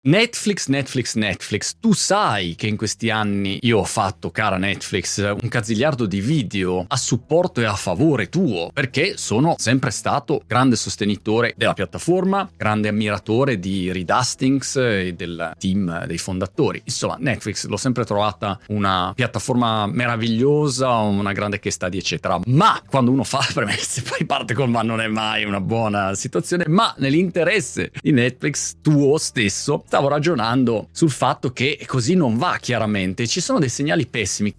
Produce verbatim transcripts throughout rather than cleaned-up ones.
Netflix, Netflix, Netflix. Tu sai che in questi anni io ho fatto, cara Netflix, un cazziliardo di video a supporto e a favore tuo, perché sono sempre stato grande sostenitore della piattaforma, grande ammiratore di Reed Hastings e del team dei fondatori. Insomma, Netflix l'ho sempre trovata una piattaforma meravigliosa, una grande case study, eccetera. Ma quando uno fa premesse, poi parte con ma non è mai una buona situazione, ma nell'interesse di Netflix tuo stesso stavo ragionando sul fatto che così non va, chiaramente. Ci sono dei segnali pessimi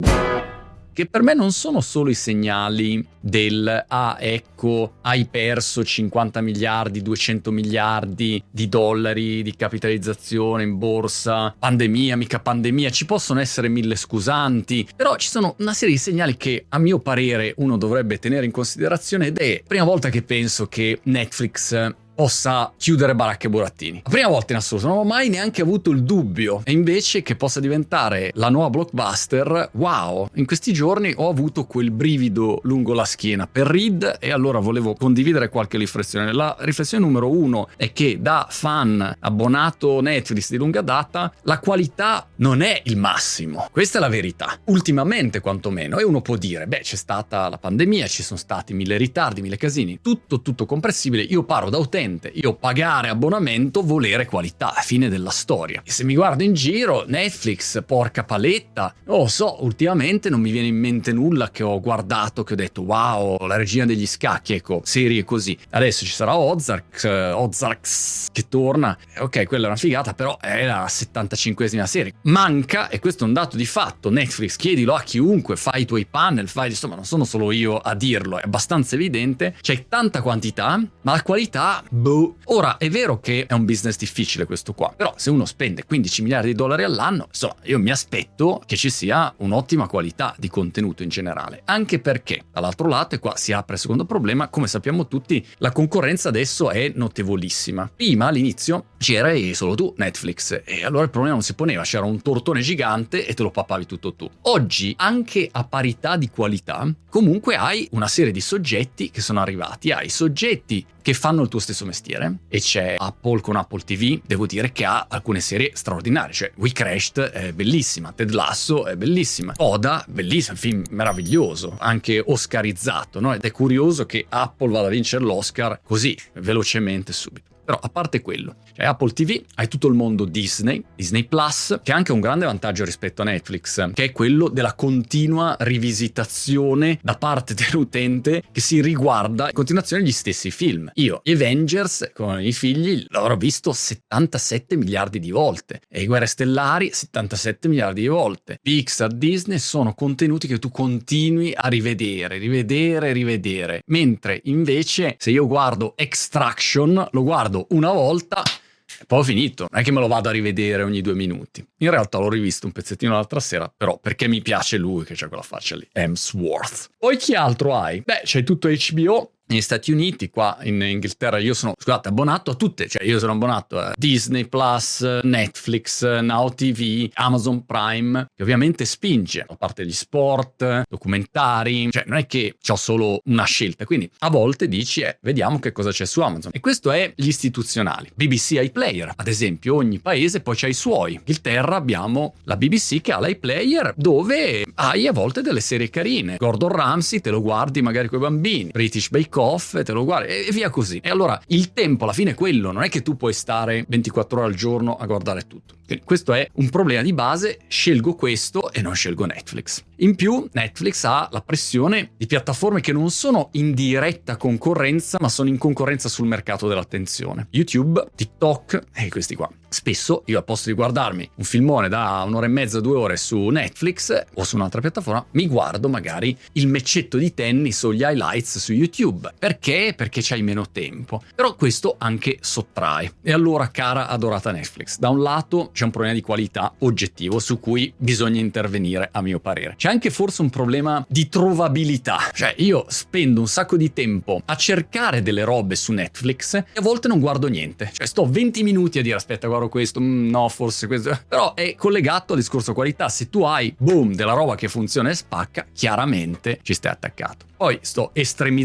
che per me non sono solo i segnali del ah ecco hai perso cinquanta miliardi, duecento miliardi di dollari di capitalizzazione in borsa, pandemia, mica pandemia, ci possono essere mille scusanti, però ci sono una serie di segnali che a mio parere uno dovrebbe tenere in considerazione, ed è la prima volta che penso che Netflix possa chiudere baracche e burattini. La prima volta in assoluto, non ho mai neanche avuto il dubbio, e invece che possa diventare la nuova blockbuster, wow, in questi giorni ho avuto quel brivido lungo la schiena per Reed, e allora volevo condividere qualche riflessione. La riflessione numero uno è che da fan abbonato Netflix di lunga data, la qualità non è il massimo, questa è la verità, ultimamente quantomeno, e uno può dire, beh, c'è stata la pandemia, ci sono stati mille ritardi, mille casini, tutto tutto comprensibile. Io parlo da utente, io pagare abbonamento, volere qualità, fine della storia. E se mi guardo in giro, Netflix, porca paletta, non lo so, ultimamente non mi viene in mente nulla che ho guardato, che ho detto wow, la regina degli scacchi, ecco, serie così. Adesso ci sarà Ozark, eh, Ozark che torna, ok, quella è una figata, però è la settantacinquesima serie. Manca, e questo è un dato di fatto, Netflix, chiedilo a chiunque, fai i tuoi panel, fai, insomma, non sono solo io a dirlo, è abbastanza evidente, c'è tanta quantità, ma la qualità, boh. Ora, è vero che è un business difficile questo qua, però se uno spende quindici miliardi di dollari all'anno, insomma, io mi aspetto che ci sia un'ottima qualità di contenuto in generale, anche perché dall'altro lato, e qua si apre il secondo problema, come sappiamo tutti, la concorrenza adesso è notevolissima. Prima, all'inizio, c'era solo tu, Netflix, e allora il problema non si poneva, c'era un tortone gigante e te lo pappavi tutto tu. Oggi, anche a parità di qualità, comunque hai una serie di soggetti che sono arrivati, hai soggetti che fanno il tuo stesso mestiere, e c'è Apple con Apple ti vu, devo dire che ha alcune serie straordinarie, cioè We Crashed è bellissima, Ted Lasso è bellissima, Oda, bellissimo, film meraviglioso, anche oscarizzato, no? Ed è curioso che Apple vada a vincere l'Oscar così, velocemente, subito. Però a parte quello, cioè Apple ti vu, hai tutto il mondo Disney, Disney Plus, che ha anche un grande vantaggio rispetto a Netflix, che è quello della continua rivisitazione da parte dell'utente che si riguarda in continuazione gli stessi film. Io gli Avengers con i figli l'avrò visto settantasette miliardi di volte, e i Guerre Stellari settantasette miliardi di volte. Pixar, Disney sono contenuti che tu continui a rivedere, rivedere, rivedere, mentre invece se io guardo Extraction lo guardo una volta e poi ho finito, non è che me lo vado a rivedere ogni due minuti. In realtà l'ho rivisto un pezzettino l'altra sera, però perché mi piace lui, che c'ha quella faccia lì, Hemsworth. Poi chi altro hai? Beh, c'hai tutto H B O negli Stati Uniti, qua in Inghilterra io sono, scusate, abbonato a tutte, cioè io sono abbonato a Disney Plus, Netflix, Now T V, Amazon Prime, che ovviamente spinge, a parte gli sport, documentari, cioè non è che c'ho solo una scelta, quindi a volte dici, eh, vediamo che cosa c'è su Amazon. E questo è gli istituzionali. B B C iPlayer, ad esempio, ogni paese poi c'ha i suoi. In Inghilterra abbiamo la B B C che ha l'iPlayer, dove hai a volte delle serie carine. Gordon Ramsay te lo guardi magari coi bambini, British Bake Off, te lo guardi e via così. E allora il tempo alla fine è quello, non è che tu puoi stare ventiquattro ore al giorno a guardare tutto. Quindi questo è un problema di base, scelgo questo e non scelgo Netflix. In più Netflix ha la pressione di piattaforme che non sono in diretta concorrenza, ma sono in concorrenza sul mercato dell'attenzione. YouTube, TikTok e questi qua. Spesso io, al posto di guardarmi un filmone da un'ora e mezza, due ore su Netflix o su un'altra piattaforma, mi guardo magari il matchetto di tennis o gli highlights su YouTube. Perché? Perché c'hai meno tempo. Però questo anche sottrae. E allora, cara adorata Netflix, da un lato c'è un problema di qualità oggettivo su cui bisogna intervenire, a mio parere. C'è anche forse un problema di trovabilità. Cioè io spendo un sacco di tempo a cercare delle robe su Netflix e a volte non guardo niente. Cioè sto venti minuti a dire aspetta, guardo questo, mm, no, forse questo. Però è collegato al discorso qualità. Se tu hai, boom, della roba che funziona e spacca, chiaramente ci stai attaccato. Poi sto estremizzando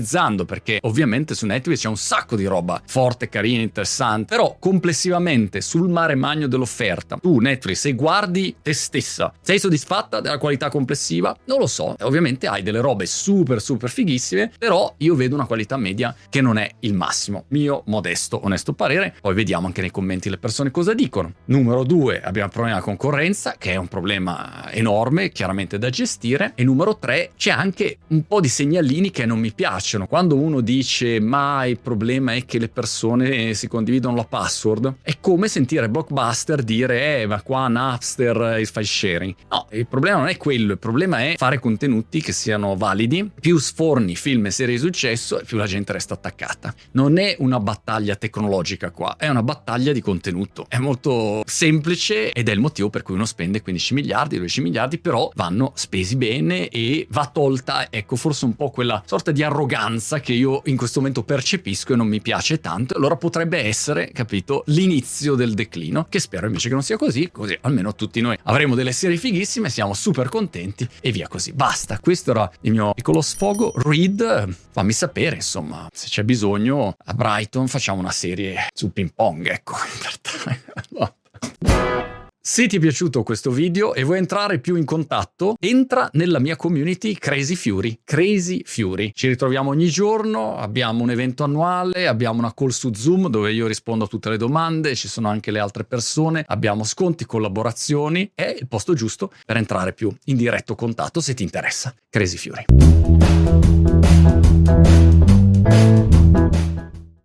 perché ovviamente su Netflix c'è un sacco di roba forte, carina, interessante, però complessivamente sul mare magno dell'offerta, tu Netflix, se guardi te stessa, sei soddisfatta della qualità complessiva? Non lo so, ovviamente hai delle robe super super fighissime, però io vedo una qualità media che non è il massimo, mio modesto onesto parere. Poi vediamo anche nei commenti le persone cosa dicono. Numero due, abbiamo il problema della concorrenza, che è un problema enorme, chiaramente da gestire. E numero tre, c'è anche un po' di segnalini che non mi piacciono. Quando uno dice ma il problema è che le persone si condividono la password, è come sentire Blockbuster dire eh ma qua Napster il file sharing. No, il problema non è quello, il problema è fare contenuti che siano validi. Più sforni film e serie di successo, più la gente resta attaccata. Non è una battaglia tecnologica qua, è una battaglia di contenuto. È molto semplice ed è il motivo per cui uno spende quindici miliardi, dodici miliardi, però vanno spesi bene e va tolta, ecco, forse un po' quella sorta di arroganza che io in questo momento percepisco e non mi piace tanto. Allora potrebbe essere, capito, l'inizio del declino, che spero invece che non sia così, così almeno tutti noi avremo delle serie fighissime, siamo super contenti e via così. Basta, questo era il mio piccolo sfogo. Reed, fammi sapere, insomma, se c'è bisogno a Brighton facciamo una serie sul ping pong, ecco. Se ti è piaciuto questo video e vuoi entrare più in contatto, entra nella mia community Crazy Fury. Crazy Fury. Ci ritroviamo ogni giorno, abbiamo un evento annuale, abbiamo una call su Zoom dove io rispondo a tutte le domande, ci sono anche le altre persone, abbiamo sconti, collaborazioni, è il posto giusto per entrare più in diretto contatto se ti interessa. Crazy Fury.